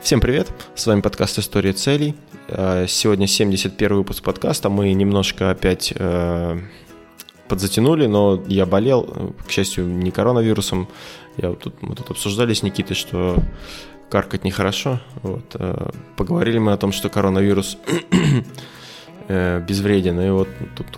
Всем привет, с вами подкаст «История целей». Сегодня 71 выпуск подкаста, мы немножко опять подзатянули, но я болел, к счастью, не коронавирусом. Мы тут обсуждали с Никитой, что каркать нехорошо. Поговорили мы о том, что коронавирус безвреден, и вот тут,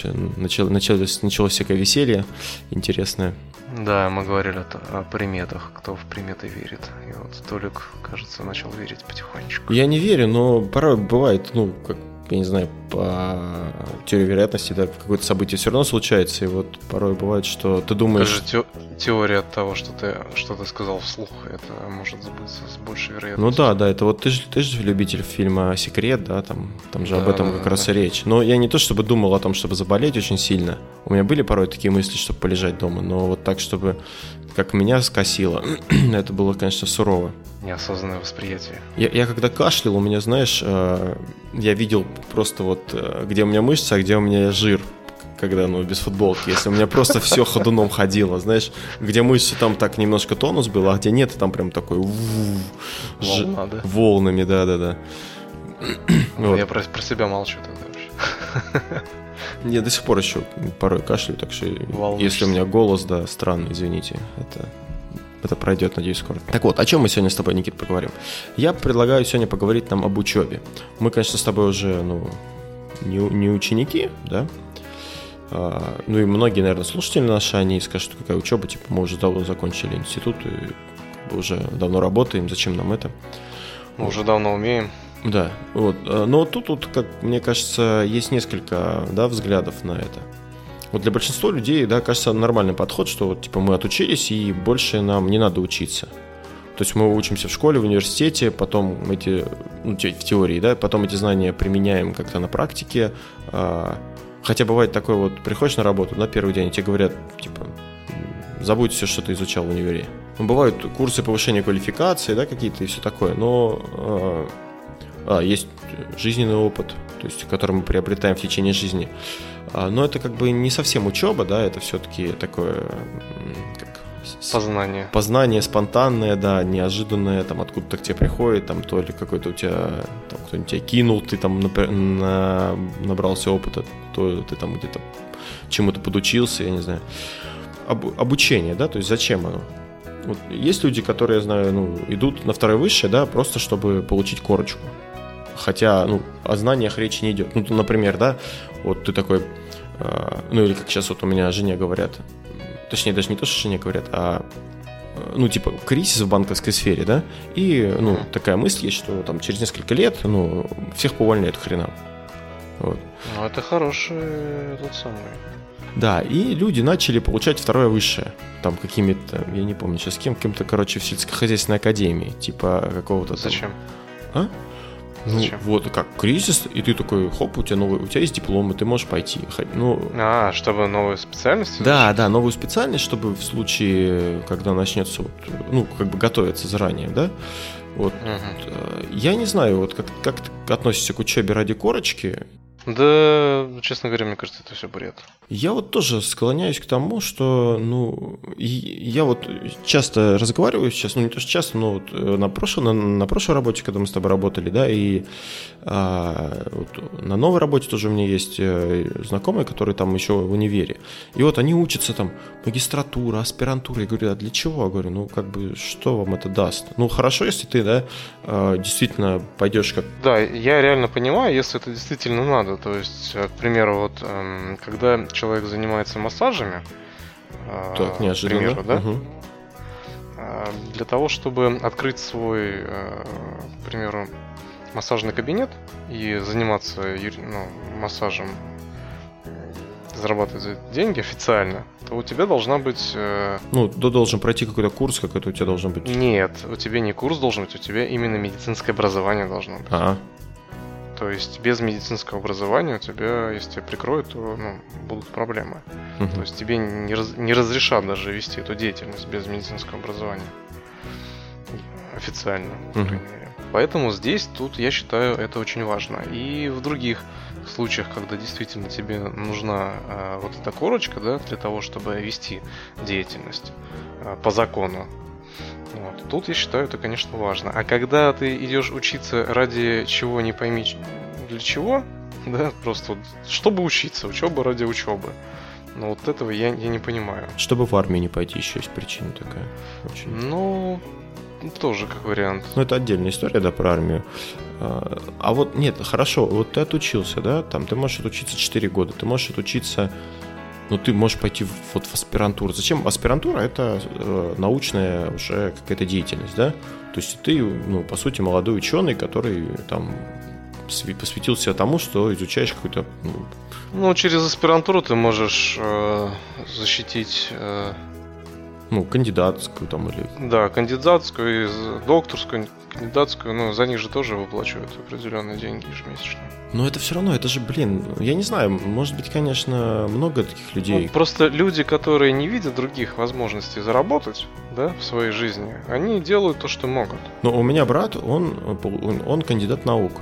началось всякое веселье интересное. Да, мы говорили о приметах, кто в приметы верит. И вот Толик, кажется, начал верить потихонечку. Я не верю, но порой бывает, я не знаю, по теории вероятности, да, какое-то событие все равно случается, и вот порой бывает, что ты думаешь... Даже теория того, что ты сказал вслух, это может сбыться с большей вероятностью. Ну да, это вот ты же любитель фильма «Секрет», да, там же об этом как раз и речь. Но я не то чтобы думал о том, чтобы заболеть очень сильно. У меня были порой такие мысли, чтобы полежать дома, но вот так, чтобы как меня скосило, это было, конечно, сурово. Неосознанное восприятие. Я когда кашлял, у меня, знаешь, я видел просто вот, где у меня мышца, а где у меня жир, когда, без футболки. Если у меня просто все ходуном ходило, знаешь, где мышцы, там так немножко тонус был, а где нет, там прям такой волна, да? Волнами, да. Вот. Я про себя молчу тогда вообще. Я до сих пор еще порой кашляю, так что если у меня голос, да, странный, извините, это пройдет, надеюсь, скоро. Так вот, о чем мы сегодня с тобой, Никит, поговорим? Я предлагаю сегодня поговорить нам об учебе. Мы, конечно, с тобой уже, не ученики, да? И многие, наверное, слушатели наши, они скажут, какая учеба, мы уже давно закончили институт и уже давно работаем, зачем нам это? Мы уже давно умеем. Да, но тут, как мне кажется, есть несколько, взглядов на это. Вот для большинства людей, кажется, нормальный подход, что мы отучились и больше нам не надо учиться. То есть мы учимся в школе, в университете, потом в теории, потом эти знания применяем как-то на практике. Хотя бывает такое, приходишь на работу, первый день, и тебе говорят, забудь все, что ты изучал в универе. Бывают курсы повышения квалификации, какие-то и все такое, но есть жизненный опыт, то есть, который мы приобретаем в течение жизни. Но это не совсем учеба, это все-таки такое познание спонтанное, неожиданное, откуда-то к тебе приходит, то ли какой-то у тебя, кто-нибудь тебя кинул, ты набрался опыта, то ты где-то чему-то подучился, я не знаю. Обучение, то есть зачем оно? Есть люди, которые, я знаю, идут на второе высшее, просто чтобы получить корочку. Хотя, о знаниях речи не идет. Например, ты такой, или как сейчас у меня жене говорят, точнее, даже не то, что жене говорят, а, кризис в банковской сфере, и, такая мысль есть, что через несколько лет, всех повольняют хрена. Вот. Это хороший тот самый. Да, и люди начали получать второе высшее, какими-то, я не помню сейчас каким-то, в сельскохозяйственной академии, какого-то. Зачем? Зачем? Как кризис, и ты такой, хоп, у тебя есть диплом, и ты можешь пойти. Чтобы новую специальность? Да, новую специальность, чтобы в случае, когда начнется, готовиться заранее, да? Я не знаю, как ты относишься к учебе ради корочки? Да, честно говоря, мне кажется, это все бред. Я тоже склоняюсь к тому, что, я часто разговариваю сейчас, не то что часто, но на прошлой работе, когда мы с тобой работали, и на новой работе тоже у меня есть знакомые, которые там еще в универе. И они учатся магистратура, аспирантура. Я говорю, а для чего? Я говорю, что вам это даст? Хорошо, если ты, действительно пойдешь как... Да, я реально понимаю, если это действительно надо. То есть, к примеру, когда человек занимается массажами, так, неожиданно. к примеру, для того, чтобы открыть свой, к примеру, массажный кабинет и заниматься массажем, зарабатывать деньги официально, то у тебя должна быть... ты должен пройти какой-то курс, какой-то у тебя должен быть. Нет, у тебя не курс должен быть, у тебя именно медицинское образование должно быть. Ага. То есть без медицинского образования у тебя, если тебя прикроют, то будут проблемы. То есть тебе не разрешат даже вести эту деятельность без медицинского образования. Официально, по крайней мере. Поэтому тут, я считаю, это очень важно. И в других случаях, когда действительно тебе нужна эта корочка, для того, чтобы вести деятельность по закону, Вот. Тут, я считаю, это, конечно, важно. А когда ты идешь учиться ради чего, не пойми для чего, да, просто вот, чтобы учиться, учеба ради учебы. Но вот этого я не понимаю. Чтобы в армию не пойти, еще есть причина такая. Очень. Ну, тоже как вариант. Ну, это отдельная история, да, про армию. А вот, нет, хорошо, вот ты отучился, да, там, ты можешь отучиться 4 года, ты можешь отучиться, ну, ты можешь пойти вот в аспирантуру. Зачем? Аспирантура – это научная уже какая-то деятельность, да? То есть ты, ну, по сути, молодой ученый, который там посвятил себя тому, что изучаешь какой-то... Ну, через аспирантуру ты можешь защитить... Ну, кандидатскую там или... Да, кандидатскую, докторскую, кандидатскую, но за них же тоже выплачивают определенные деньги ежемесячно. Но это все равно, это же, блин, я не знаю, может быть, конечно, много таких людей. Ну, просто люди, которые не видят других возможностей заработать, да, в своей жизни, они делают то, что могут. Но у меня брат, он кандидат наук.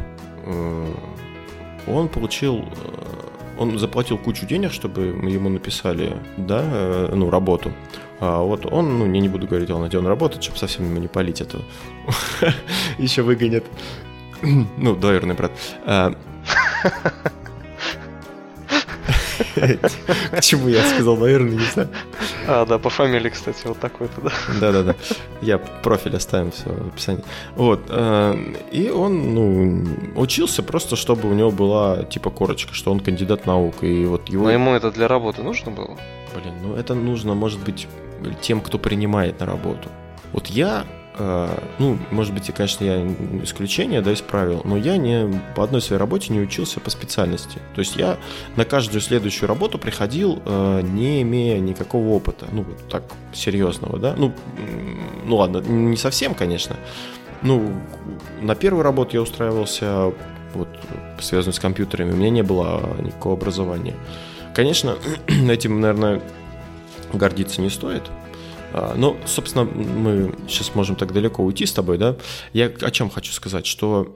Он заплатил кучу денег, чтобы ему написали, да, ну, работу. А вот он, ну, я не буду говорить, где он работает, чтобы совсем ему не палить, это еще выгонят. Ну, двоюродный брат. К чему я сказал двоюродный, не знаю. Да, по фамилии, кстати, вот такой-то, да. Да-да-да. Я профиль оставим все в описании. Вот. И он, ну, учился просто, чтобы у него была, типа, корочка, что он кандидат наук. И вот его... Но ему это для работы нужно было? Блин, ну это нужно, может быть, тем, кто принимает на работу. Вот я, ну, может быть, конечно, я исключение, да, из правил, но я по одной своей работе не учился по специальности. То есть я на каждую следующую работу приходил, не имея никакого опыта, ну, вот так, серьезного, да. Ну ладно, не совсем, конечно. Ну, на первую работу я устраивался, вот, связанную с компьютерами, у меня не было никакого образования. Конечно, этим, наверное, гордиться не стоит. Но, собственно, мы сейчас можем так далеко уйти с тобой, да? Я о чем хочу сказать, что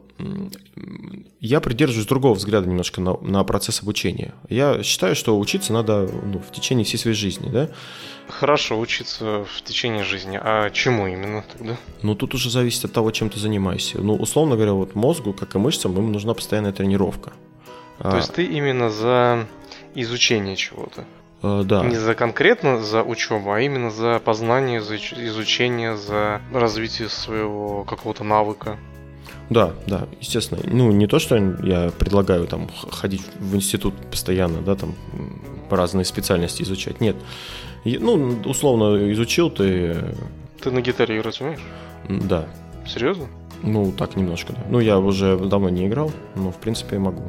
я придерживаюсь другого взгляда немножко на процесс обучения. Я считаю, что учиться надо, ну, в течение всей своей жизни, да? Хорошо учиться в течение жизни, а чему именно тогда? Ну, тут уже зависит от того, чем ты занимаешься. Ну, условно говоря, вот мозгу, как и мышцам, им нужна постоянная тренировка. То есть ты именно за изучение чего-то? Да. Не за конкретно за учебу, а именно за познание, за изучение, за развитие своего какого-то навыка. Да, естественно. Ну, не то, что я предлагаю там ходить в институт постоянно, да, там разные специальности изучать. Нет. Ну, условно, изучил ты... Ты на гитаре играть умеешь? Да. Серьезно? Ну, так немножко, да. Ну, я уже давно не играл, но, в принципе, могу.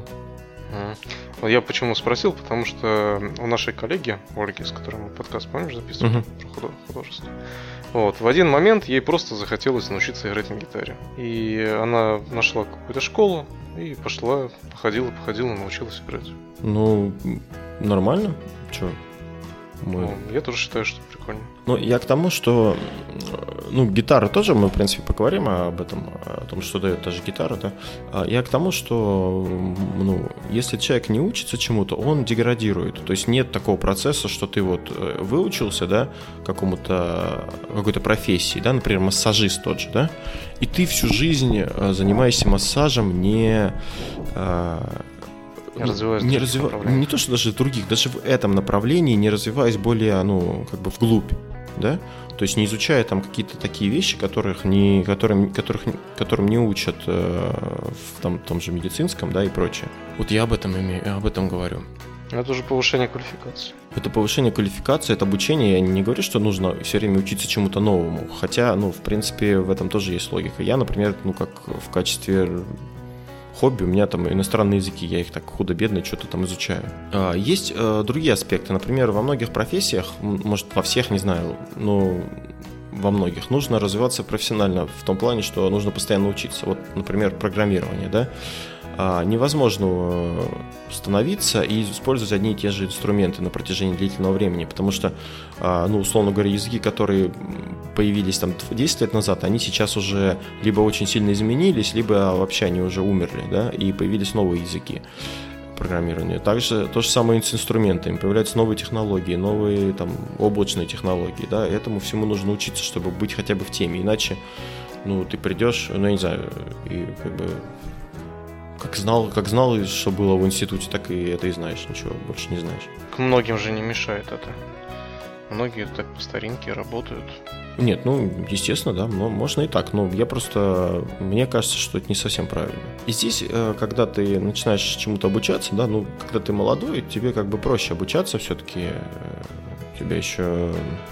Я почему спросил, потому что у нашей коллеги Ольги, с которой мы подкаст, помнишь, записывали про художество. Вот, в один момент ей просто захотелось научиться играть на гитаре. И она нашла какую-то школу и походила, научилась играть. Ну, нормально. Чё? Я тоже считаю, что прикольно. Ну, я к тому, что, ну, гитара тоже, мы, в принципе, поговорим об этом, о том, что дает даже гитара, да. Я к тому, что, ну, если человек не учится чему-то, он деградирует. То есть нет такого процесса, что ты вот выучился, да, какой-то профессии, да, например, массажист тот же, да, и ты всю жизнь занимаешься массажем не не то, что даже других, даже в этом направлении не развиваясь более, ну, как бы вглубь, да, то есть не изучая там какие-то такие вещи, которым не учат в том же медицинском, да, и прочее. Вот я об этом говорю. Это уже повышение квалификации. Это повышение квалификации, это обучение. Я не говорю, что нужно все время учиться чему-то новому, хотя, ну, в принципе, в этом тоже есть логика. Я, например, ну, как в качестве хобби, у меня там иностранные языки, я их так худо-бедно что-то там изучаю. Есть другие аспекты, например, во многих профессиях, может, во всех, не знаю, но во многих нужно развиваться профессионально в том плане, что нужно постоянно учиться. Вот, например, программирование, да? Невозможно становиться и использовать одни и те же инструменты на протяжении длительного времени, потому что, ну, условно говоря, языки, которые появились там 10 лет назад, они сейчас уже либо очень сильно изменились, либо вообще они уже умерли, да, и появились новые языки. программирования. Также то же самое и с инструментами. Появляются новые технологии, новые там облачные технологии. Да? Этому всему нужно учиться, чтобы быть хотя бы в теме. Иначе ты придешь, я не знаю, и как бы как знал, что было в институте, так и это и знаешь. Ничего больше не знаешь. К многим же не мешает это. Многие так по старинке работают. Нет, естественно, да, можно и так, но мне кажется, что это не совсем правильно. И здесь, когда ты начинаешь чему-то обучаться, да, когда ты молодой, тебе как бы проще обучаться все-таки, у тебя еще,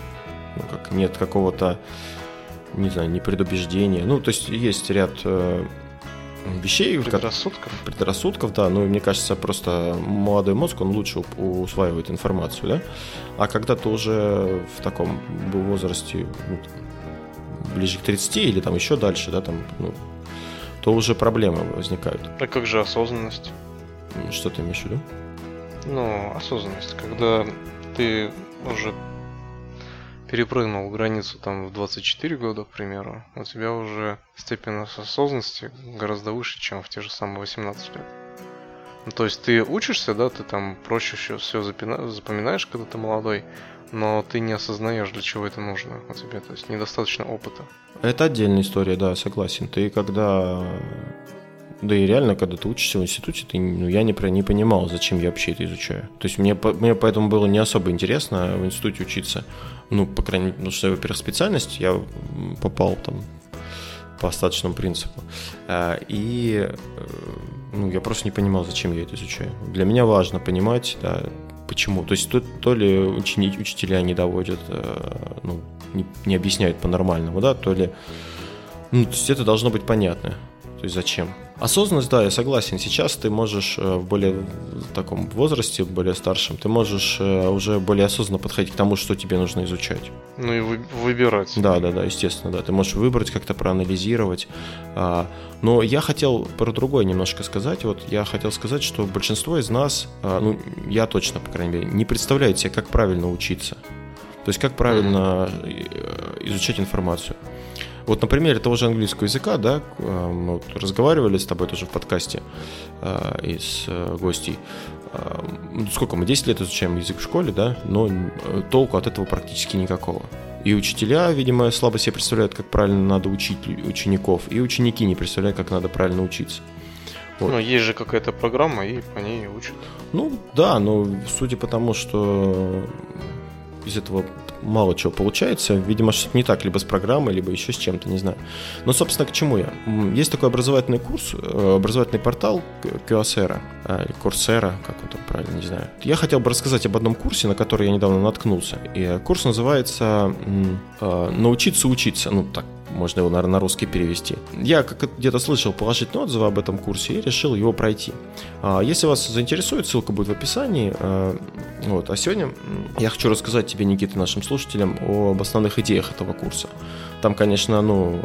нет какого-то, не знаю, непредубеждения, то есть есть ряд вещей, предрассудков, да, мне кажется, просто молодой мозг, он лучше усваивает информацию, да, а когда ты уже в таком возрасте, ближе к 30 или там еще дальше, да, то уже проблемы возникают. А как же осознанность? Что ты имеешь в виду? Осознанность, когда ты уже перепрыгнул границу там в 24 года, к примеру, у тебя уже степень осознанности гораздо выше, чем в те же самые 18 лет. То есть ты учишься, да, ты там проще все запоминаешь, когда ты молодой, но ты не осознаешь, для чего это нужно у тебя, то есть недостаточно опыта. Это отдельная история, да, согласен. Ты когда... Да и реально, когда ты учишься в институте, я не понимал, зачем я вообще это изучаю. То есть мне поэтому было не особо интересно в институте учиться. По крайней мере, потому что, во-первых, специальность, я попал там по остаточному принципу. И я просто не понимал, зачем я это изучаю. Для меня важно понимать, да, почему. То есть то ли учителя не доводят, не объясняют по-нормальному, да, то ли... то есть это должно быть понятно. То есть зачем? Осознанность, да, я согласен. Сейчас ты можешь в более таком возрасте, более старшем, ты можешь уже более осознанно подходить к тому, что тебе нужно изучать. И выбирать. Да, естественно, да. Ты можешь выбрать, как-то проанализировать. Но я хотел про другое немножко сказать. Я хотел сказать, что большинство из нас, я точно, по крайней мере, не представляет себе, как правильно учиться. То есть как правильно изучать информацию. На примере того же английского языка, да, мы разговаривали с тобой тоже в подкасте и с гостей. Сколько мы, 10 лет изучаем язык в школе, да, но толку от этого практически никакого. И учителя, видимо, слабо себе представляют, как правильно надо учить учеников, и ученики не представляют, как надо правильно учиться. Есть же какая-то программа, и по ней учат. Да, но судя по тому, что из этого мало чего получается. Видимо, что-то не так, либо с программой, либо еще с чем-то, не знаю. Но, собственно, к чему я? Есть такой образовательный курс, образовательный портал Coursera, или Coursera, как он там правильно, не знаю. Я хотел бы рассказать об одном курсе, на который я недавно наткнулся. И курс называется «Научиться учиться». Так можно его, наверное, на русский перевести. Я где-то слышал положительные отзывы об этом курсе и решил его пройти. Если вас заинтересует, ссылка будет в описании. А сегодня я хочу рассказать тебе, Никита, нашим слушателям об основных идеях этого курса. Там, конечно,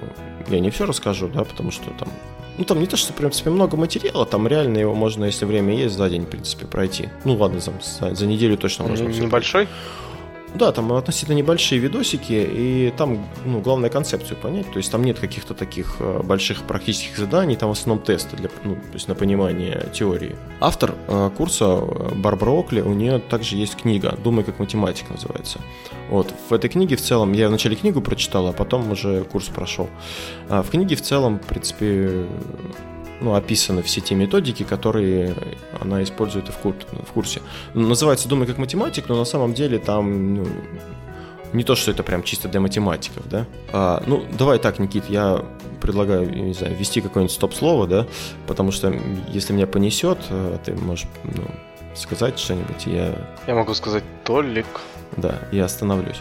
я не все расскажу, да, потому что там не то, что, в принципе, много материала, там реально его можно, если время есть, за день, в принципе, пройти. Ладно, за неделю точно можно. Небольшой? Да, там относительно небольшие видосики, и там главное концепцию понять, то есть там нет каких-то таких больших практических заданий, там в основном тесты то есть на понимание теории. Автор курса Барбара Окли, у нее также есть книга «Думай как математик» называется. В этой книге в целом, я вначале книгу прочитал, а потом уже курс прошел. В книге в целом, в принципе, описаны все те методики, которые она использует в курсе. Называется «Думай как математик», но на самом деле там не то, что это прям чисто для математиков, да. Давай так, Никит, я предлагаю, не знаю, ввести какое-нибудь стоп-слово, да, потому что если меня понесет, ты можешь сказать что-нибудь, Я могу сказать «Толик». Да, я остановлюсь.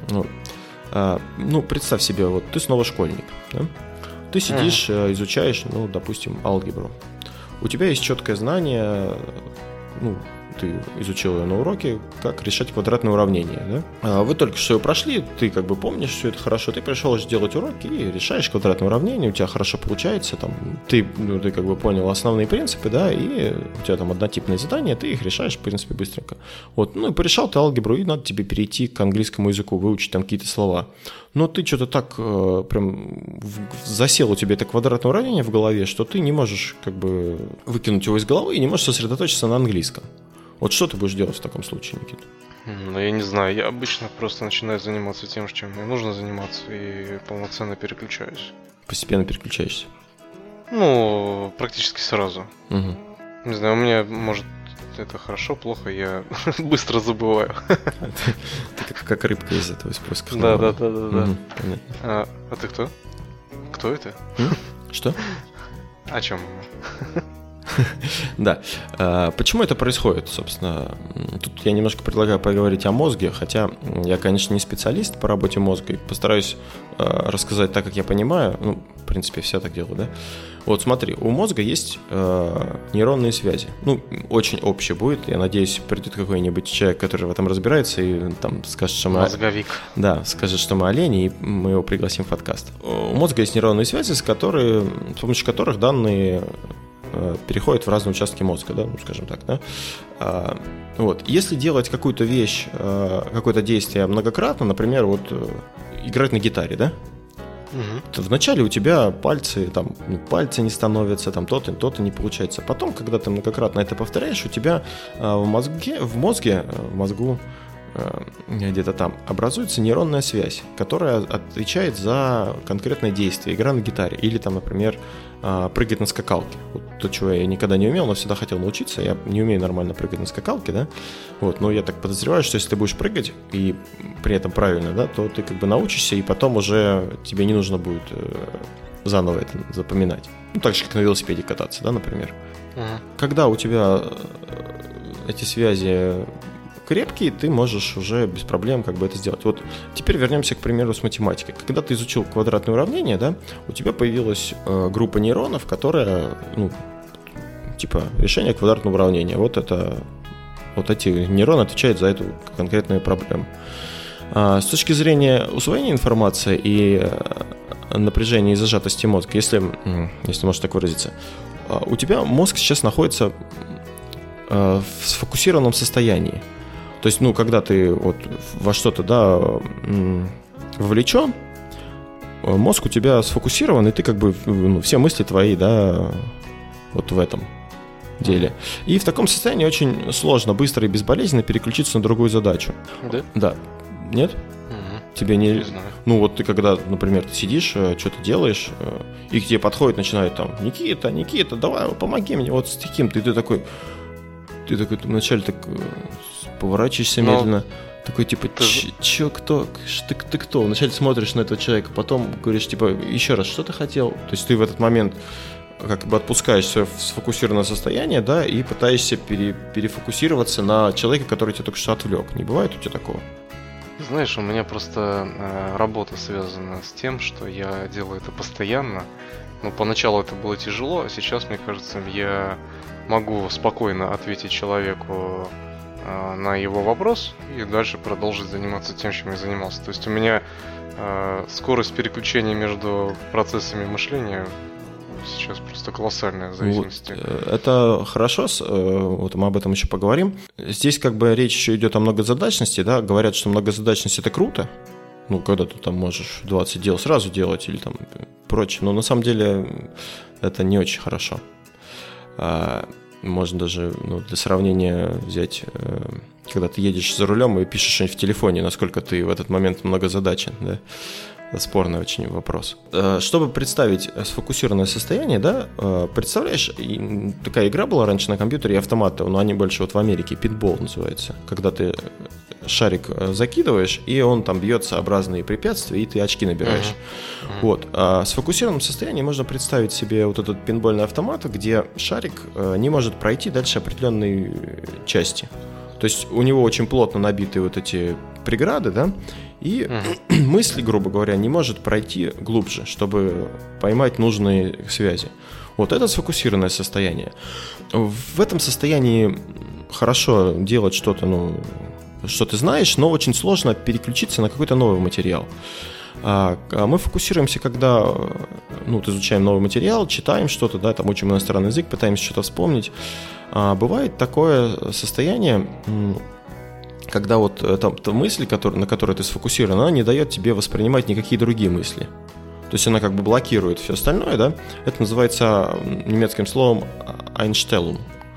Представь себе, ты снова школьник, да? Ты сидишь, изучаешь, допустим, алгебру. У тебя есть четкое знание, ты изучил ее на уроке, как решать квадратные уравнения, да? Вы только что ее прошли, ты как бы помнишь все это хорошо, ты пришел делать уроки и решаешь квадратные уравнения, у тебя хорошо получается, там, ты как бы понял основные принципы, да, и у тебя там однотипные задания, ты их решаешь, в принципе, быстренько. Вот, ну и порешал ты алгебру, и надо тебе перейти к английскому языку, выучить там какие-то слова. Но ты что-то так прям засело у тебя это квадратное уравнение в голове, что ты не можешь как бы выкинуть его из головы и не можешь сосредоточиться на английском. Вот что ты будешь делать в таком случае, Никита? Ну, я не знаю, я обычно просто начинаю заниматься тем, чем мне нужно заниматься, и полноценно переключаюсь. Постепенно переключаешься? Ну, практически сразу. Угу. Не знаю, у меня, может, это хорошо, плохо, я быстро забываю. Ты как рыбка из этого, из поисков. Да. Понятно. А ты кто? Кто это? Что? О чем? Да. Почему это происходит, собственно? Тут я немножко предлагаю поговорить о мозге, хотя я, конечно, не специалист по работе мозга, и постараюсь рассказать так, как я понимаю. Ну, в принципе, все так делают, да? Вот смотри, у мозга есть нейронные связи. Ну, очень общее будет. Я надеюсь, придет какой-нибудь человек, который в этом разбирается, и там скажет, что мы... Мозговик. Да, скажет, что мы олени, и мы его пригласим в подкаст. У мозга есть нейронные связи, с помощью которых данные переходят в разные участки мозга, да, ну, скажем так, да. Вот. Если делать какую-то вещь, какое-то действие многократно, например, вот играть на гитаре, да, то вначале у тебя пальцы не становятся, там то-то не получается. Потом, когда ты многократно это повторяешь, у тебя в мозгу где-то там образуется нейронная связь, которая отвечает за конкретное действие, игра на гитаре или там, например, прыгать на скакалке. Вот то, чего я никогда не умел, но всегда хотел научиться. Я не умею нормально прыгать на скакалке, да. Вот, но я так подозреваю, что если ты будешь прыгать и при этом правильно, да, то ты как бы научишься, и потом уже тебе не нужно будет заново это запоминать. Ну, так же, как на велосипеде кататься, да, например. Когда у тебя эти связи крепкие, ты можешь уже без проблем как бы это сделать. Вот теперь вернемся, к примеру, с математикой. Когда ты изучил квадратные уравнения, да, у тебя появилась группа нейронов, которая, ну, типа решение квадратного уравнения. Вот эти нейроны отвечают за эту конкретную проблему. С точки зрения усвоения информации и напряжения и зажатости мозга, если можно так выразиться, у тебя мозг сейчас находится в сфокусированном состоянии. То есть, ну, когда ты вот во что-то, да, вовлечен, мозг у тебя сфокусирован, и ты как бы, ну, все мысли твои, да, вот в этом деле. И в таком состоянии очень сложно, быстро и безболезненно переключиться на другую задачу. Да? Да. Нет? Тебе не знаю. Ну, вот ты когда, например, ты сидишь, что-то делаешь, и к тебе подходит, начинает там: Никита, давай, помоги мне вот с таким. Ты такой вначале так поворачиваешься медленно, такой типа: ты кто? Вначале смотришь на этого человека, потом говоришь типа: еще раз, что ты хотел? То есть ты в этот момент как бы отпускаешься в сфокусированное состояние, да, и пытаешься перефокусироваться на человека, который тебя только что отвлек. Не бывает у тебя такого? Знаешь, у меня просто работа связана с тем, что я делаю это постоянно. Ну, поначалу это было тяжело, а сейчас, мне кажется, я могу спокойно ответить человеку на его вопрос и дальше продолжить заниматься тем, чем я занимался. То есть у меня скорость переключения между процессами мышления сейчас просто колоссальная в зависимости. Вот, это хорошо, вот мы об этом еще поговорим. Здесь как бы речь еще идет о многозадачности, да, говорят, что многозадачность — это круто, ну, когда ты там можешь 20 дел сразу делать или там прочее, но на самом деле это не очень хорошо. Можно даже, ну, для сравнения взять, когда ты едешь за рулем и пишешь что-нибудь в телефоне, насколько ты в этот момент многозадачен, да? Спорный очень вопрос. Чтобы представить сфокусированное состояние, да, представляешь, такая игра была раньше на компьютере, автоматы, но они больше вот в Америке, питбол называется, когда ты шарик закидываешь, и он там бьется об разные препятствия, и ты очки набираешь. Вот. А в сфокусированном состоянии можно представить себе вот этот пинбольный автомат, где шарик не может пройти дальше определенной части. То есть у него очень плотно набиты вот эти преграды, да, и мысль, грубо говоря, не может пройти глубже, чтобы поймать нужные связи. Вот это сфокусированное состояние. В этом состоянии хорошо делать что-то, что ты знаешь, но очень сложно переключиться на какой-то новый материал. Мы фокусируемся, когда изучаем новый материал, читаем что-то, да, там учим иностранный язык, пытаемся что-то вспомнить. Бывает такое состояние, когда вот эта мысль, на которой ты сфокусирован, она не дает тебе воспринимать никакие другие мысли. То есть она как бы блокирует все остальное, да? Это называется немецким словом Einstellung.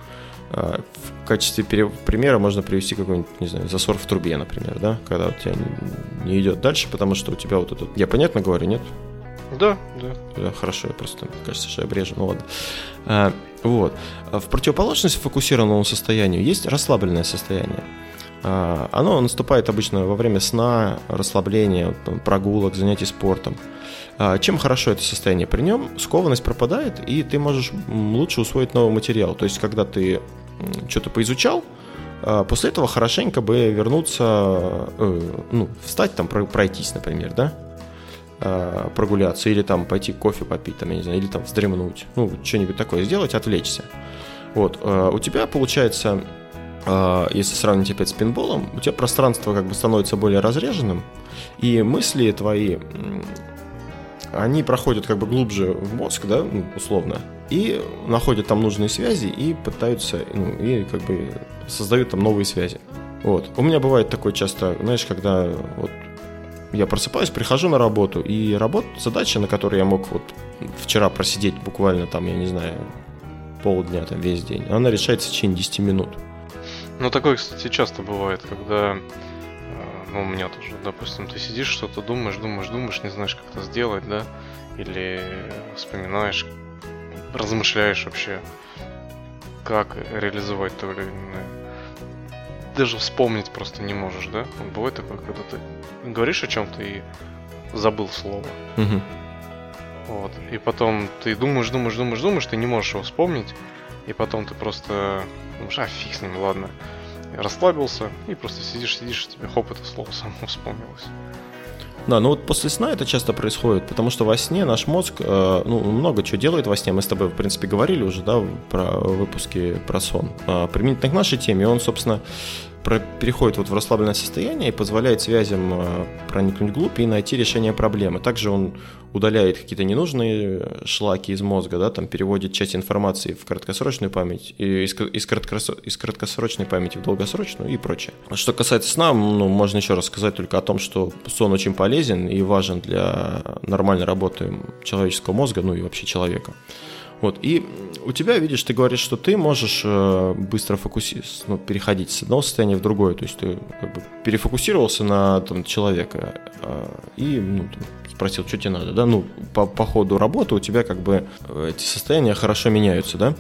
В качестве примера можно привести какой-нибудь, не знаю, засор в трубе, например, да? Когда у тебя не идет дальше, потому что у тебя вот это... Я понятно говорю, нет? Да. Хорошо, я просто, кажется, что я брежу, ну ладно. Вот. В противоположность фокусированному состоянию есть расслабленное состояние. Оно наступает обычно во время сна, расслабления, прогулок, занятий спортом. Чем хорошо это состояние? При нем скованность пропадает, и ты можешь лучше усвоить новый материал. То есть, когда ты что-то поизучал, после этого хорошенько бы вернуться, встать, там, пройтись, например, да? Прогуляться, или там пойти кофе попить, там, я не знаю, или там вздремнуть, что-нибудь такое сделать, отвлечься. Вот, у тебя получается, если сравнить опять с пейнтболом, у тебя пространство как бы становится более разреженным, и мысли твои, они проходят как бы глубже в мозг, да, условно, и находят там нужные связи и пытаются, и как бы создают там новые связи. Вот, у меня бывает такое часто, знаешь, когда вот я просыпаюсь, прихожу на работу, и задача, на которой я мог вот вчера просидеть буквально там, я не знаю, полдня, там, весь день, она решается в течение 10 минут. Такое, кстати, часто бывает, когда, у меня тоже, допустим, ты сидишь, что-то думаешь, не знаешь, как это сделать, да, или вспоминаешь, размышляешь вообще, как реализовать то или иное. Даже вспомнить просто не можешь, да? Бывает такое, когда ты говоришь о чем-то и забыл слово. Угу. Вот. И потом ты думаешь, ты не можешь его вспомнить, и потом ты просто думаешь, фиг с ним, ладно. Расслабился, и просто сидишь, тебе хоп, это слово само вспомнилось. Да, вот после сна это часто происходит, потому что во сне наш мозг, много чего делает во сне. Мы с тобой, в принципе, говорили уже, да, про выпуски про сон. Применительно к нашей теме, он, собственно, переходит вот в расслабленное состояние и позволяет связям проникнуть вглубь и найти решение проблемы. Также он удаляет какие-то ненужные шлаки из мозга, да, там переводит часть информации в краткосрочную память, из краткосрочной памяти в долгосрочную и прочее. Что касается сна, можно еще раз сказать только о том, что сон очень полезен и важен для нормальной работы человеческого мозга, и вообще человека. Вот, и у тебя, видишь, ты говоришь, что ты можешь быстро переходить с одного состояния в другое, то есть ты как бы перефокусировался на человека и спросил, что тебе надо, да, по ходу работы у тебя как бы эти состояния хорошо меняются, да,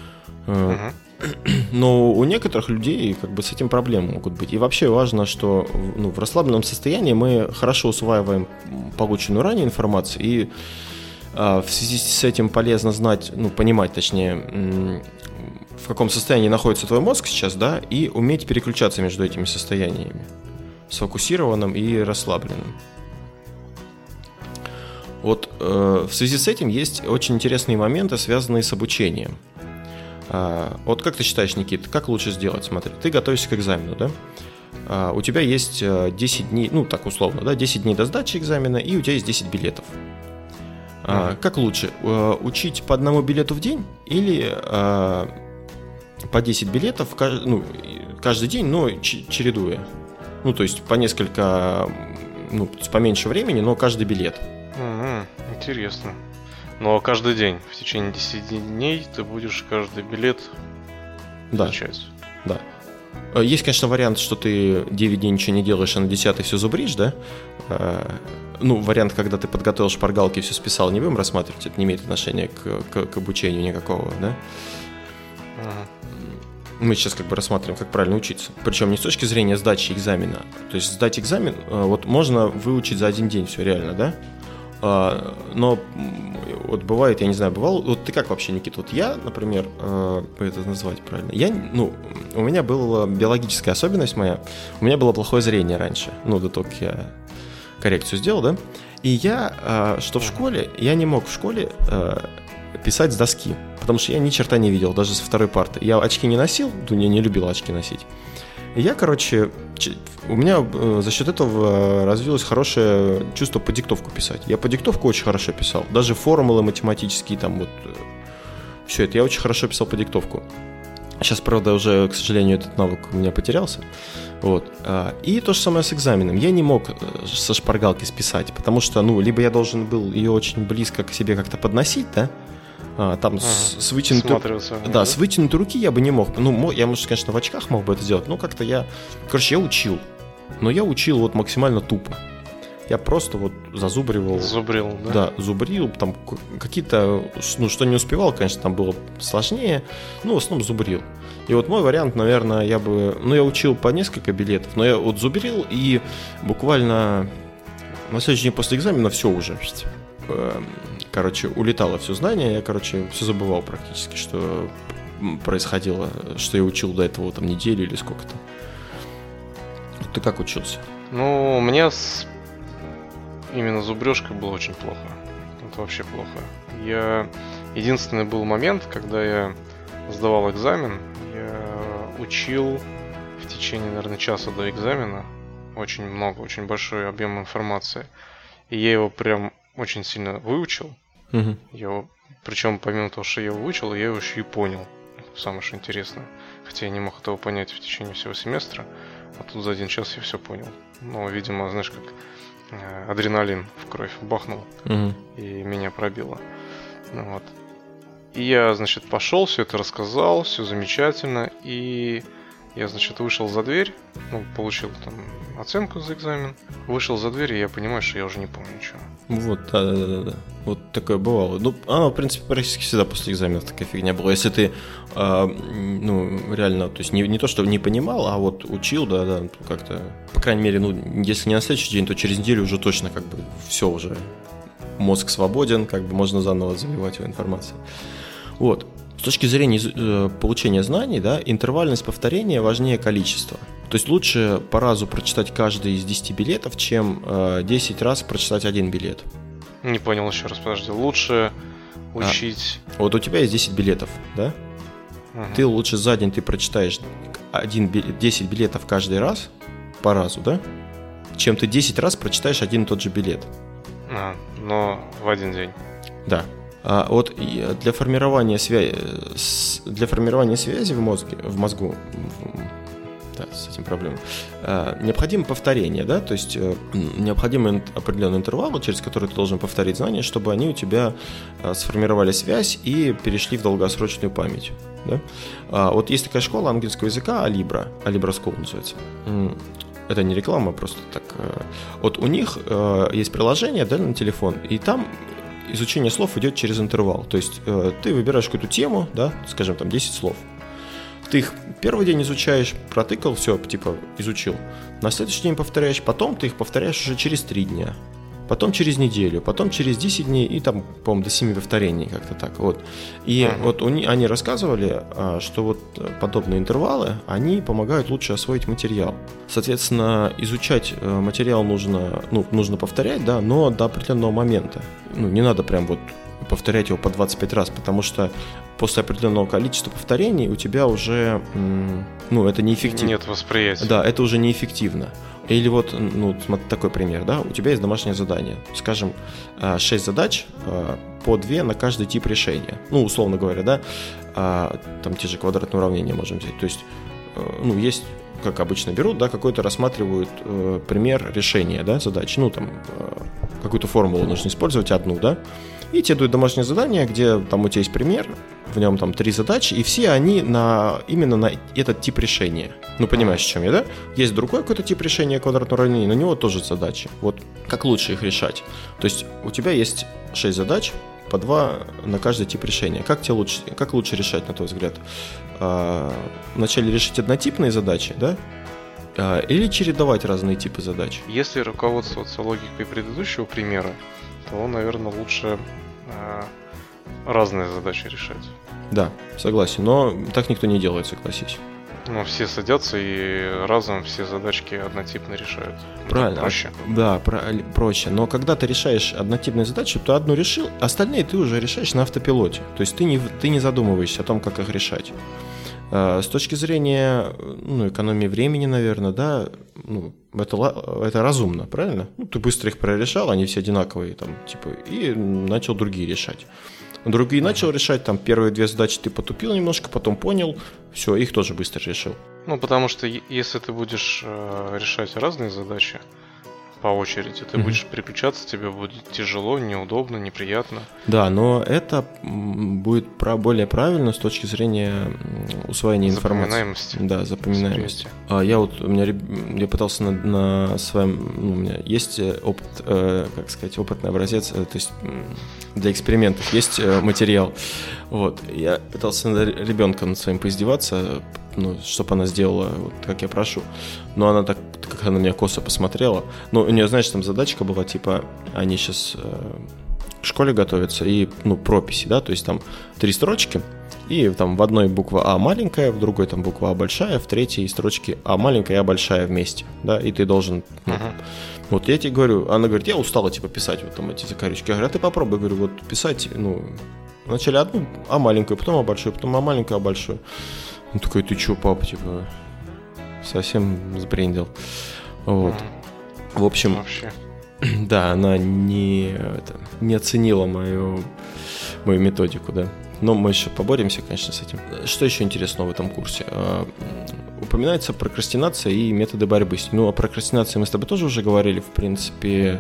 но у некоторых людей как бы с этим проблемы могут быть, и вообще важно, что в расслабленном состоянии мы хорошо усваиваем полученную ранее информацию, и в связи с этим полезно знать, понимать, точнее, в каком состоянии находится твой мозг сейчас, да, и уметь переключаться между этими состояниями, сфокусированным и расслабленным. Вот в связи с этим есть очень интересные моменты, связанные с обучением. Вот как ты считаешь, Никит, как лучше сделать? Смотри, ты готовишься к экзамену, да? У тебя есть 10 дней, так условно, да, 10 дней до сдачи экзамена, и у тебя есть 10 билетов. Как лучше, учить по одному билету в день или по 10 билетов каждый день, но чередуя? То есть по несколько, поменьше времени, но каждый билет. Интересно. Но каждый день, в течение 10 дней ты будешь каждый билет изучать. Да. Есть, конечно, вариант, что ты 9 дней ничего не делаешь, а на 10-й все зубришь, да? Вариант, когда ты подготовил шпаргалки и все списал, не будем рассматривать, это не имеет отношения к обучению никакого, да? Мы сейчас как бы рассматриваем, как правильно учиться. Причем не с точки зрения сдачи экзамена. То есть сдать экзамен, вот можно выучить за один день все реально, да? Но вот бывает, я не знаю, бывал, вот ты как вообще, Никита, вот я, например, это назвать правильно, у меня была биологическая особенность моя, у меня было плохое зрение раньше, до того, как я коррекцию сделал, да, И я, что в школе, я не мог в школе писать с доски, потому что я ни черта не видел, даже со второй парты. Я очки не носил, я не любил очки носить. И я, у меня за счет этого развилось хорошее чувство по диктовку писать. Я по диктовку очень хорошо писал. Даже формулы математические, там вот все это. Я очень хорошо писал по диктовку. Сейчас, правда, уже, к сожалению, этот навык у меня потерялся. Вот. И то же самое с экзаменом. Я не мог со шпаргалки списать, потому что, либо я должен был ее очень близко к себе как-то подносить, да? Там с вытянутой руки я бы не мог. Я, может, конечно, в очках мог бы это сделать, но как-то я учил. Но я учил вот максимально тупо. Я просто вот зазубривал. Зубрил, да? Да, зубрил. Там какие-то, что не успевал, конечно, там было сложнее. В основном зубрил. И вот мой вариант, наверное, я учил по несколько билетов, но я вот зубрил, и буквально на следующий день после экзамена все уже. Улетало все знание, я, все забывал практически, что происходило, что я учил до этого там неделю или сколько-то. Ты как учился? У меня именно зубрежкой было очень плохо. Это вообще плохо. Единственный был момент, когда я сдавал экзамен, я учил в течение, наверное, часа до экзамена очень много, очень большой объем информации. И я его прям очень сильно выучил. Причем помимо того, что я его выучил, я его еще и понял. Самое что интересное. Хотя я не мог этого понять в течение всего семестра. А тут за один час я все понял. Видимо, знаешь, как адреналин в кровь бахнул. И меня пробило. И я, пошел, все это рассказал, все замечательно. И я, вышел за дверь, получил там оценку за экзамен. Вышел за дверь, и я понимаю, что я уже не помню ничего. Вот, да. Вот такое бывало. Оно, в принципе, практически всегда после экзамена такая фигня была. Если ты, реально, то есть не то, что не понимал, а вот учил, да, как-то, по крайней мере, если не на следующий день, то через неделю уже точно все уже, мозг свободен, можно заново забивать его информацией. Вот. С точки зрения получения знаний, да, интервальность повторения важнее количества. То есть лучше по разу прочитать каждый из 10 билетов, чем 10 раз прочитать один билет. Не понял еще раз, подожди. Лучше учить... Вот у тебя есть 10 билетов, да? Ты лучше за день прочитаешь 10 билетов каждый раз по разу, да? Чем ты 10 раз прочитаешь один и тот же билет. Но в один день. Да. Вот для формирования связи в мозгу, да, с этим проблема, необходимо повторение, да, то есть необходимы определенные интервалы, через которые ты должен повторить знания, чтобы они у тебя сформировали связь и перешли в долгосрочную память. Да? Вот есть такая школа английского языка Alibra School называется. Это не реклама, просто так. Вот у них есть приложение, да, на телефон, и там изучение слов идет через интервал. То есть ты выбираешь какую-то тему, да, скажем, там 10 слов. Ты их первый день изучаешь, протыкал, все, изучил. На следующий день повторяешь, потом ты их повторяешь уже через 3 дня. Потом через неделю, потом через 10 дней и там, по-моему, до 7 повторений, как-то так. Вот. И вот они рассказывали, что вот подобные интервалы, они помогают лучше освоить материал. Соответственно, изучать материал нужно повторять, да, но до определенного момента. Не надо прям вот повторять его по 25 раз, потому что после определенного количества повторений у тебя уже, это неэффективно. Нет восприятия. Да, это уже неэффективно. Или вот, смотри, такой пример, да, у тебя есть домашнее задание, скажем, 6 задач, по 2 на каждый тип решения. Условно говоря, да, там те же квадратные уравнения можем взять. То есть, есть, как обычно берут, да, какой-то рассматривают пример решения, да, задачи, какую-то формулу нужно использовать одну, да, и тебе дают домашнее задание, где там у тебя есть пример, в нем там 3 задачи, и все они именно на этот тип решения. Понимаешь, о чем я, да? Есть другой какой-то тип решения квадратного уравнения, на него тоже задачи. Вот как лучше их решать? То есть у тебя есть 6 задач, по 2 на каждый тип решения. Как лучше решать, на твой взгляд? Вначале решить однотипные задачи, да? Или чередовать разные типы задач? Если руководствоваться логикой предыдущего примера, то, наверное, лучше разные задачи решать. Да, согласен, но так никто не делает, согласись. Ну, все садятся и разом все задачки однотипно решают. Правильно. Проще. Да, проще. Но когда ты решаешь однотипные задачи, то одну решил, остальные ты уже решаешь на автопилоте. То есть ты не задумываешься о том, как их решать. С точки зрения экономии времени, наверное, да, это разумно, правильно? Ты быстро их прорешал, они все одинаковые, там, типа, и начал другие решать. Другие начал решать, там, первые 2 задачи ты потупил немножко, потом понял, все, их тоже быстро решил. Потому что если ты будешь решать разные задачи по очереди, ты будешь переключаться, тебе будет тяжело, неудобно, неприятно. Да, но это будет более правильно с точки зрения усвоения информации. Запоминаемости. Да, запоминаемости. Я пытался на своем... у меня есть опыт, опытный образец, то есть для экспериментов есть материал. Вот. Я пытался над ребенком над своим поиздеваться, чтобы она сделала, вот, как я прошу. Но она так, как она на меня косо посмотрела. У нее, знаешь, там задачка была, типа, они сейчас к школе готовятся, и, прописи, да, то есть там 3 строчки, и там в одной буква А маленькая, в другой там буква А большая, в третьей строчке А маленькая и А большая вместе, да, и ты должен... Вот я тебе говорю, она говорит, я устала, типа, писать вот там эти закорючки. Я говорю, а ты попробуй, говорю, вот писать, вначале одну А маленькую, потом А большую, потом А маленькую, А большую. Он такой, ты чё, папа, типа, совсем сбрендил. Вот. В общем, вообще. Да, она не оценила мою методику, да. Но мы еще поборемся, конечно, с этим. Что еще интересного в этом курсе? Упоминается прокрастинация и методы борьбы с ней. О прокрастинации мы с тобой тоже уже говорили, в принципе.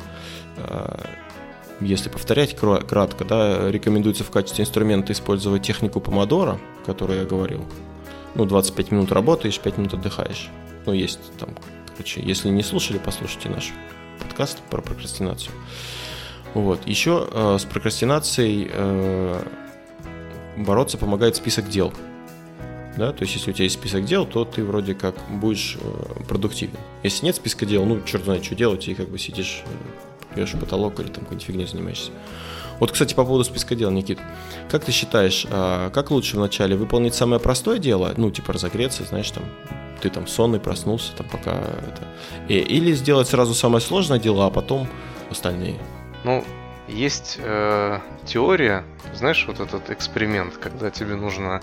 Если повторять кратко, да, рекомендуется в качестве инструмента использовать технику помодоро, о которой я говорил. 25 минут работаешь, 5 минут отдыхаешь. Есть там, если не слушали, послушайте наш подкаст про прокрастинацию. Вот. Еще с прокрастинацией бороться помогает список дел. Да? То есть, если у тебя есть список дел, то ты вроде как будешь продуктивен. Если нет списка дел, черт знает, что делать, и как бы сидишь, пьешь в потолок или там какой-нибудь фигней занимаешься. Вот, кстати, по поводу списка дел, Никит, как ты считаешь, как лучше вначале выполнить самое простое дело, типа разогреться, знаешь, там, ты там сонный проснулся, там, пока это... Или сделать сразу самое сложное дело, а потом остальные? Есть теория, знаешь, вот этот эксперимент, когда тебе нужно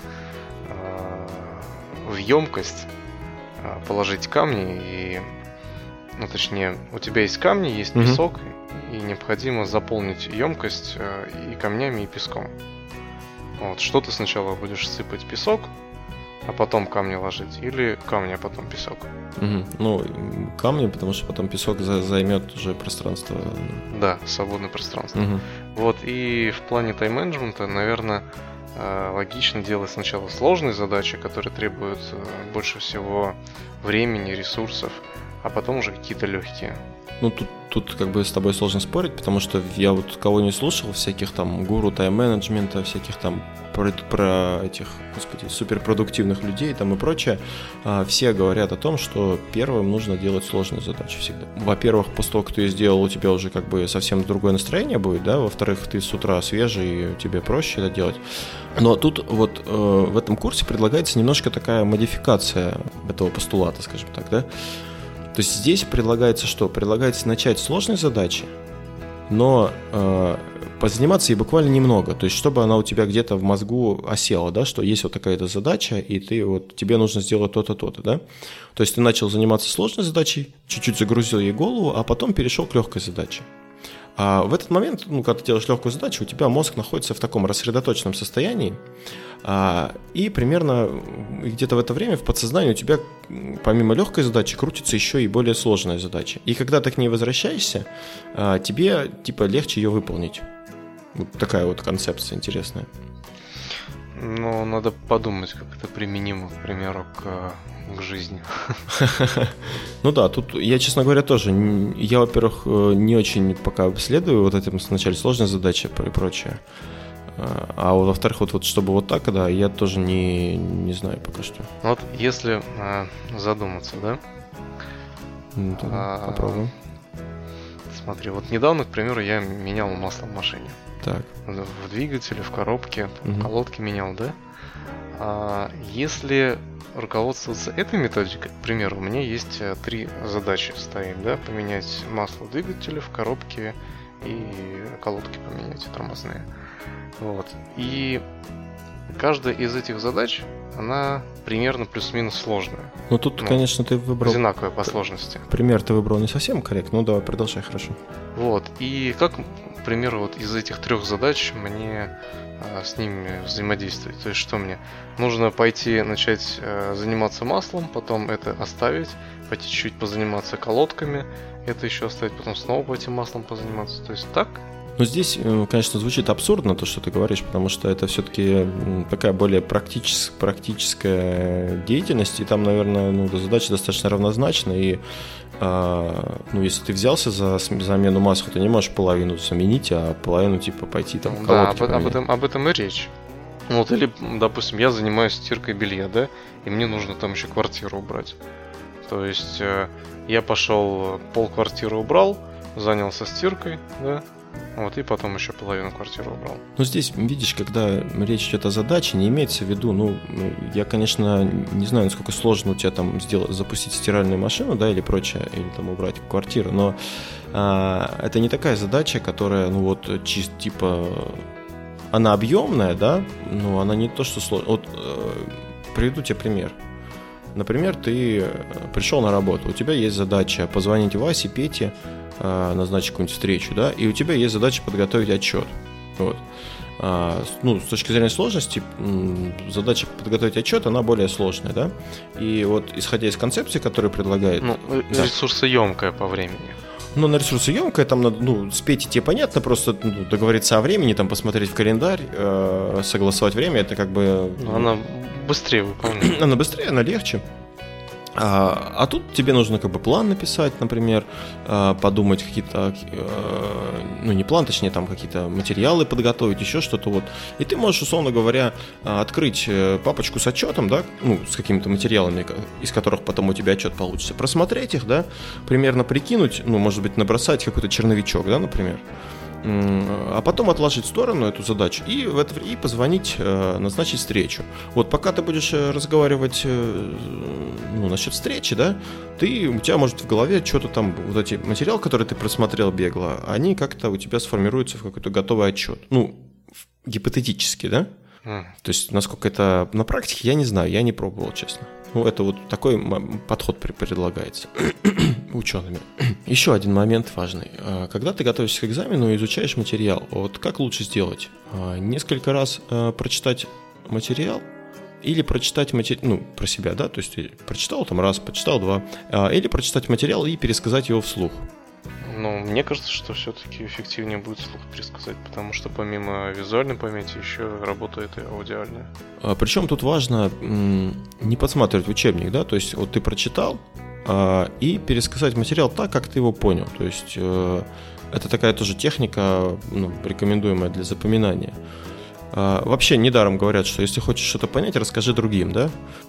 в емкость положить камни и... точнее, у тебя есть камни, есть песок, и необходимо заполнить емкость и камнями, и песком. Вот, что ты сначала будешь сыпать песок, а потом камни ложить, или камни, а потом песок? Камни, потому что потом песок займет уже пространство. Да, свободное пространство. Вот, и в плане тайм-менеджмента, наверное, логично делать сначала сложные задачи, которые требуют больше всего времени, ресурсов, а потом уже какие-то легкие. Тут как бы с тобой сложно спорить, потому что я вот кого не слушал, всяких там гуру тайм-менеджмента, всяких там про этих, суперпродуктивных людей там и прочее, все говорят о том, что первым нужно делать сложные задачи всегда. Во-первых, после того, как ты сделал, у тебя уже как бы совсем другое настроение будет, да, во-вторых, ты с утра свежий, тебе проще это делать. Но тут вот в этом курсе предлагается немножко такая модификация этого постулата, скажем так, да. То есть здесь предлагается что? Предлагается начать с сложной задачи, но позаниматься ей буквально немного. То есть чтобы она у тебя где-то в мозгу осела, да, что есть вот такая-то задача, и тебе нужно сделать то-то, то-то, да. То есть ты начал заниматься сложной задачей, чуть-чуть загрузил ей голову, а потом перешел к легкой задаче. А в этот момент, когда ты делаешь легкую задачу, у тебя мозг находится в таком рассредоточенном состоянии, и примерно где-то в это время в подсознании у тебя помимо легкой задачи крутится еще и более сложная задача. И когда ты к ней возвращаешься, тебе типа легче ее выполнить. Вот такая вот концепция интересная. Надо подумать, как это применимо, к примеру, к жизни. Да, тут я, честно говоря, тоже. Я, во-первых, не очень пока следую вот этим сначала сложной задаче и прочее. А во-вторых, вот чтобы вот так, да, я тоже не знаю пока что. Вот если задуматься, да? Попробуем. Смотри, вот недавно, к примеру, я менял масло в машине. Так. В двигателе, в коробке, колодки менял, да? Если руководствоваться этой методикой, к примеру, у меня есть 3 задачи стоит, да, поменять масло двигателя в коробке и колодки поменять тормозные. Вот. И каждая из этих задач, она примерно плюс-минус сложная. Ну тут, конечно, ты выбрал... Одинаковая по сложности. Пример ты выбрал не совсем корректно, ну давай, продолжай, хорошо. Вот. И как, к примеру, вот из этих 3 задач мне с ними взаимодействовать? То есть что мне? Нужно пойти начать заниматься маслом, потом это оставить, пойти чуть-чуть позаниматься колодками, это еще оставить, потом снова пойти маслом позаниматься. То есть так? Ну, здесь, конечно, звучит абсурдно то, что ты говоришь, потому что это все-таки такая более практическая деятельность, и там, наверное, задача достаточно равнозначна, и если ты взялся за замену масла, ты не можешь половину заменить, а половину, типа, пойти там колодки поменять. Об этом и речь. Вот, или, допустим, я занимаюсь стиркой белья, да, и мне нужно там еще квартиру убрать. То есть я пошел, полквартиры убрал, занялся стиркой, да, вот, и потом еще половину квартиры убрал. Ну, здесь, видишь, когда речь идет о задаче, не имеется в виду, я, конечно, не знаю, насколько сложно у тебя там запустить стиральную машину, да, или прочее, или там убрать квартиру, но это не такая задача, которая, чисто, типа, она объемная, да, но она не то, что сложно. Вот, приведу тебе пример. Например, ты пришел на работу, у тебя есть задача позвонить Васе, Пете, назначить какую-нибудь встречу, да, и у тебя есть задача подготовить отчет. Вот. С точки зрения сложности, задача подготовить отчет, она более сложная, да, и вот исходя из концепции, которую предлагает... ресурсоемкая по времени. На ресурсоемкая, там надо, с Петей тебе понятно, просто договориться о времени, там посмотреть в календарь, согласовать время, это как бы... Она быстрее выполняет. Она быстрее, она легче. А тут тебе нужно как бы план написать, например, подумать какие-то, не план, точнее, там какие-то материалы подготовить, еще что-то вот. И ты можешь, условно говоря, открыть папочку с отчетом, да, с какими-то материалами, из которых потом у тебя отчет получится, просмотреть их, да, примерно прикинуть, может быть, набросать какой-то черновичок, да, например. А потом отложить в сторону эту задачу и позвонить, назначить встречу. Вот пока ты будешь разговаривать насчет встречи, да, у тебя может в голове что-то там, вот эти материалы, которые ты просмотрел бегло, они как-то у тебя сформируются в какой-то готовый отчет. Гипотетически, да? То есть, насколько это на практике, я не знаю, я не пробовал, честно. Это вот такой подход предлагается учеными. Еще один момент важный. Когда ты готовишься к экзамену и изучаешь материал, вот как лучше сделать? Несколько раз прочитать материал или прочитать материал, про себя, да, то есть прочитал там раз, прочитал два, или прочитать материал и пересказать его вслух. Мне кажется, что все-таки эффективнее будет вслух пересказать, потому что помимо визуальной памяти еще работает и аудиальная. Причем тут важно не подсматривать в учебник, да, то есть вот ты прочитал и пересказать материал так, как ты его понял. То есть это такая тоже техника, рекомендуемая для запоминания. Вообще недаром говорят, что если хочешь что-то понять, расскажи другим, да?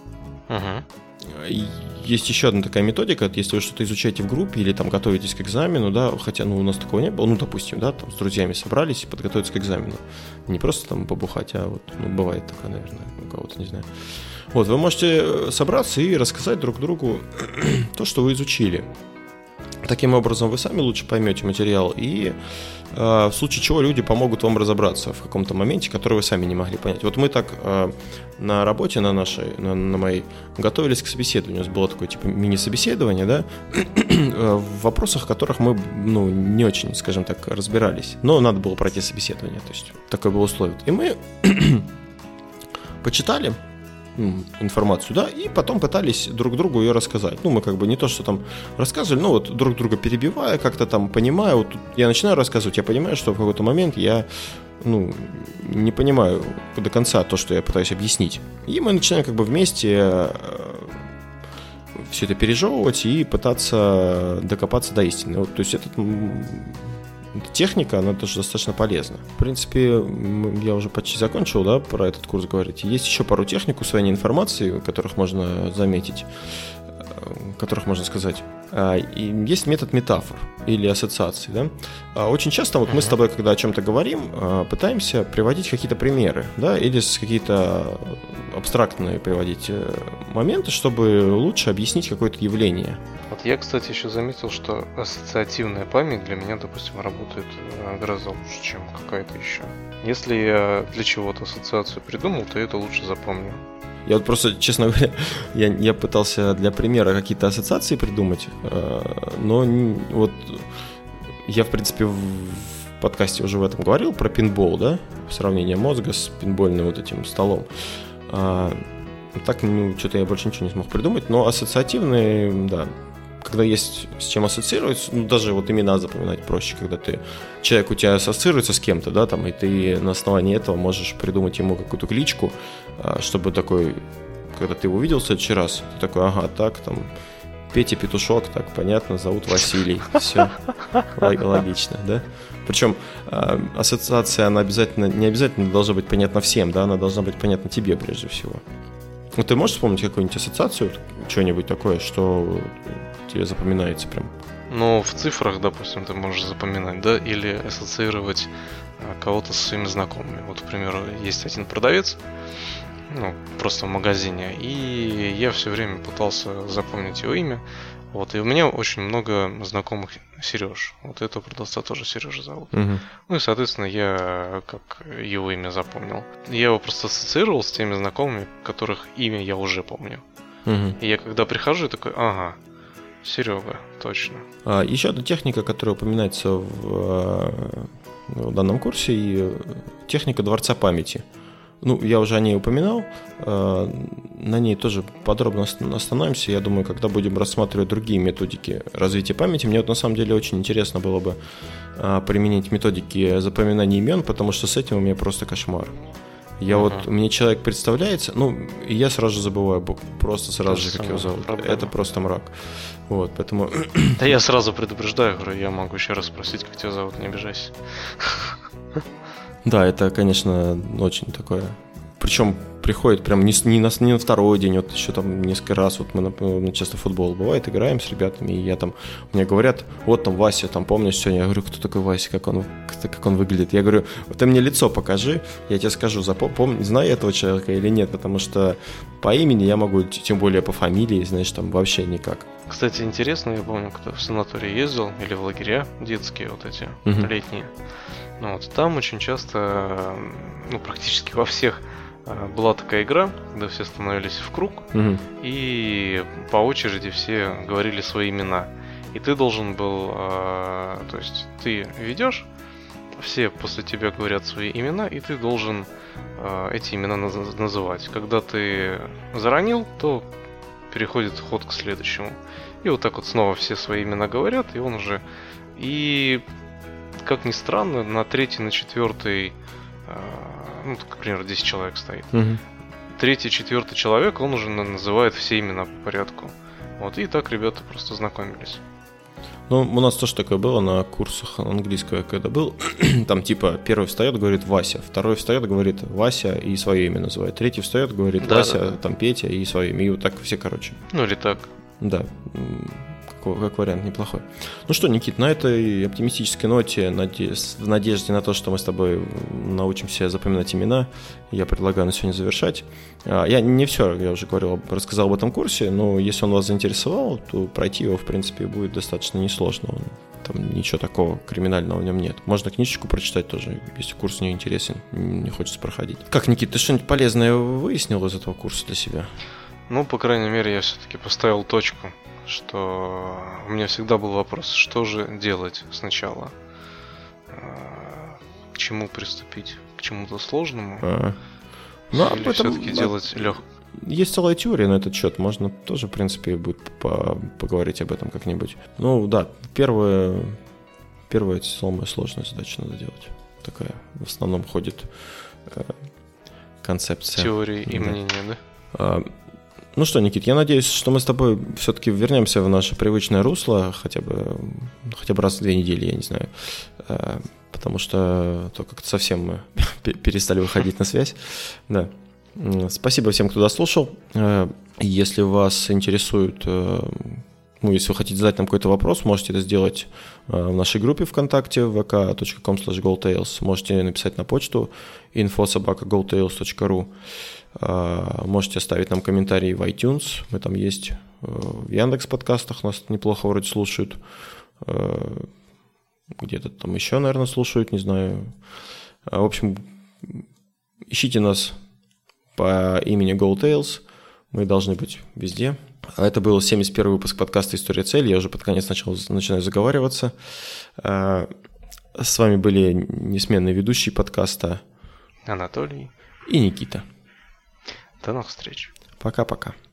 Есть еще одна такая методика, если вы что-то изучаете в группе или там готовитесь к экзамену, да, хотя, у нас такого не было, допустим, да, там с друзьями собрались и подготовиться к экзамену. Не просто там побухать, а вот, бывает такое, наверное, у кого-то, не знаю. Вот, вы можете собраться и рассказать друг другу то, что вы изучили. Таким образом, вы сами лучше поймете материал, и в случае чего люди помогут вам разобраться в каком-то моменте, который вы сами не могли понять. Вот мы так на работе на моей готовились к собеседованию. У нас было такое типа мини-собеседование, да, в вопросах, в которых мы не очень, скажем так, разбирались. Но надо было пройти собеседование, то есть такое было условие. И мы почитали информацию, да, и потом пытались друг другу ее рассказать. Мы как бы не то, что там рассказывали, вот друг друга перебивая, как-то там понимая. Вот я начинаю рассказывать, я понимаю, что в какой-то момент я, не понимаю до конца то, что я пытаюсь объяснить. И мы начинаем как бы вместе все это пережевывать и пытаться докопаться до истины. То есть эта техника, она тоже достаточно полезна. В принципе, я уже почти закончил, да, про этот курс говорить. Есть еще пару техник усвоения информации, которых можно заметить. которых можно сказать. И есть метод метафор или ассоциаций. Да? Очень часто вот мы с тобой, когда о чем-то говорим, пытаемся приводить какие-то примеры, да, или какие-то абстрактные приводить моменты, чтобы лучше объяснить какое-то явление. Вот я, кстати, еще заметил, что ассоциативная память для меня, допустим, работает гораздо лучше, чем какая-то еще. Если я для чего-то ассоциацию придумал, то я это лучше запомню. Я вот просто, честно говоря, я пытался для примера какие-то ассоциации придумать, но вот я, в принципе, в подкасте уже в этом говорил про пинбол, да, сравнение мозга с пинбольным вот этим столом. Так, что-то я больше ничего не смог придумать, но ассоциативные, да, когда есть с чем ассоциировать, даже вот имена запоминать проще, когда человек у тебя ассоциируется с кем-то, да, там, и ты на основании этого можешь придумать ему какую-то кличку, чтобы такой, когда ты его увидел в следующий раз, ты такой, ага, так, там, Петя Петушок, так, понятно, зовут Василий, все, логично, да. Причем ассоциация, она не обязательно должна быть понятна всем, да, она должна быть понятна тебе прежде всего. Вот ты можешь вспомнить какую-нибудь ассоциацию, что-нибудь такое, что тебе запоминается прям? Ну, в цифрах, допустим, ты можешь запоминать, да, или ассоциировать кого-то со своими знакомыми. Вот, к примеру, есть один продавец, просто в магазине, и я все время пытался запомнить его имя. Вот, и у меня очень много знакомых Сереж. Вот этого продавца тоже Сережа зовут. Ну и, соответственно, я как его имя запомнил. Я его просто ассоциировал с теми знакомыми, которых имя я уже помню. И я когда прихожу, такой, ага, Серега, точно. Еще одна техника, которая упоминается в данном курсе, и техника дворца памяти. Я уже о ней упоминал, на ней тоже подробно остановимся. Я думаю, когда будем рассматривать другие методики развития памяти, мне вот на самом деле очень интересно было бы применить методики запоминания имен, потому что с этим у меня просто кошмар. Мне человек представляется, и я сразу же забываю, просто сразу же, как его зовут. Проблема. Это просто мрак. Вот, поэтому... Да я сразу предупреждаю, говорю, я могу еще раз спросить, как тебя зовут, не обижайся. Да, это, конечно, очень такое. Причем приходит прям не на второй день, вот еще там несколько раз, вот мы часто в футбол бывает, играем с ребятами, и мне говорят, вот там Вася, там помнишь сегодня? Я говорю, кто такой Вася, как он выглядит? Я говорю, вот ты мне лицо покажи, я тебе скажу, знаю этого человека или нет, потому что по имени я могу, тем более по фамилии, знаешь, там вообще никак. Кстати, интересно, я помню, когда в санаторий ездил, или в лагеря детские вот эти, летние, там очень часто, практически во всех была такая игра, когда все становились в круг, и по очереди все говорили свои имена. И ты должен был, то есть ты ведешь, все после тебя говорят свои имена, и ты должен эти имена называть. Когда ты заронил, то переходит ход к следующему. И вот так вот снова все свои имена говорят, и он уже... И, как ни странно, на третий, на четвертый... к примеру, 10 человек стоит. Третий, четвертый человек, он уже называет все имена по порядку. Вот, и так ребята просто знакомились. У нас тоже такое было на курсах английского, когда был. Там типа первый встает, говорит Вася, второй встает, говорит Вася и свое имя называет. Третий встает, говорит Вася, там Петя и свое имя. И вот так все, короче. Или так. Да. Как вариант неплохой. Ну что, Никит, на этой оптимистической ноте, в надежде на то, что мы с тобой научимся запоминать имена, я предлагаю на сегодня завершать. Я не все, я уже говорил, рассказал об этом курсе, но если он вас заинтересовал, то пройти его, в принципе, будет достаточно несложно. Там ничего такого криминального в нем нет. Можно книжечку прочитать тоже, если курс не интересен, не хочется проходить. Как, Никит, ты что-нибудь полезное выяснил из этого курса для себя? По крайней мере, я все-таки поставил точку. Что у меня всегда был вопрос, что же делать сначала, к чему приступить, к чему-то сложному, или все-таки делать легкое. Есть целая теория на этот счет, можно тоже, в принципе, будет поговорить об этом как-нибудь. Первая самая сложная задача надо делать. Такая в основном ходит концепция. Теории и мнения, да? Ну что, Никит, я надеюсь, что мы с тобой все-таки вернемся в наше привычное русло хотя бы раз в 2 недели, я не знаю, потому что то как-то совсем мы перестали выходить на связь. Да. Спасибо всем, кто дослушал. Если вас интересует, если вы хотите задать нам какой-то вопрос, можете это сделать в нашей группе ВКонтакте vk.com/goldtails. Можете написать на почту info@goldtails.ru. Можете оставить нам комментарии в iTunes. Мы там есть. В Яндекс.Подкастах нас неплохо вроде слушают. Где-то там еще, наверное, слушают, не знаю. В общем, ищите нас по имени GoTales. Мы должны быть везде. Это был 71-й выпуск подкаста «История цель». Я уже под конец начинаю заговариваться. С вами были несменные ведущие подкаста Анатолий и Никита. До новых встреч. Пока-пока.